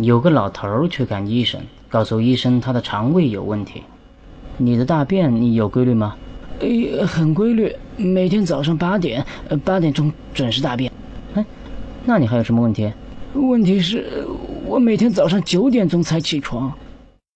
有个老头去看医生，告诉医生他的肠胃有问题。你的大便你有规律吗？ 很规律，每天早上8点钟准时大便。 那你还有什么问题？ 问题是，我每天早上9点钟才起床。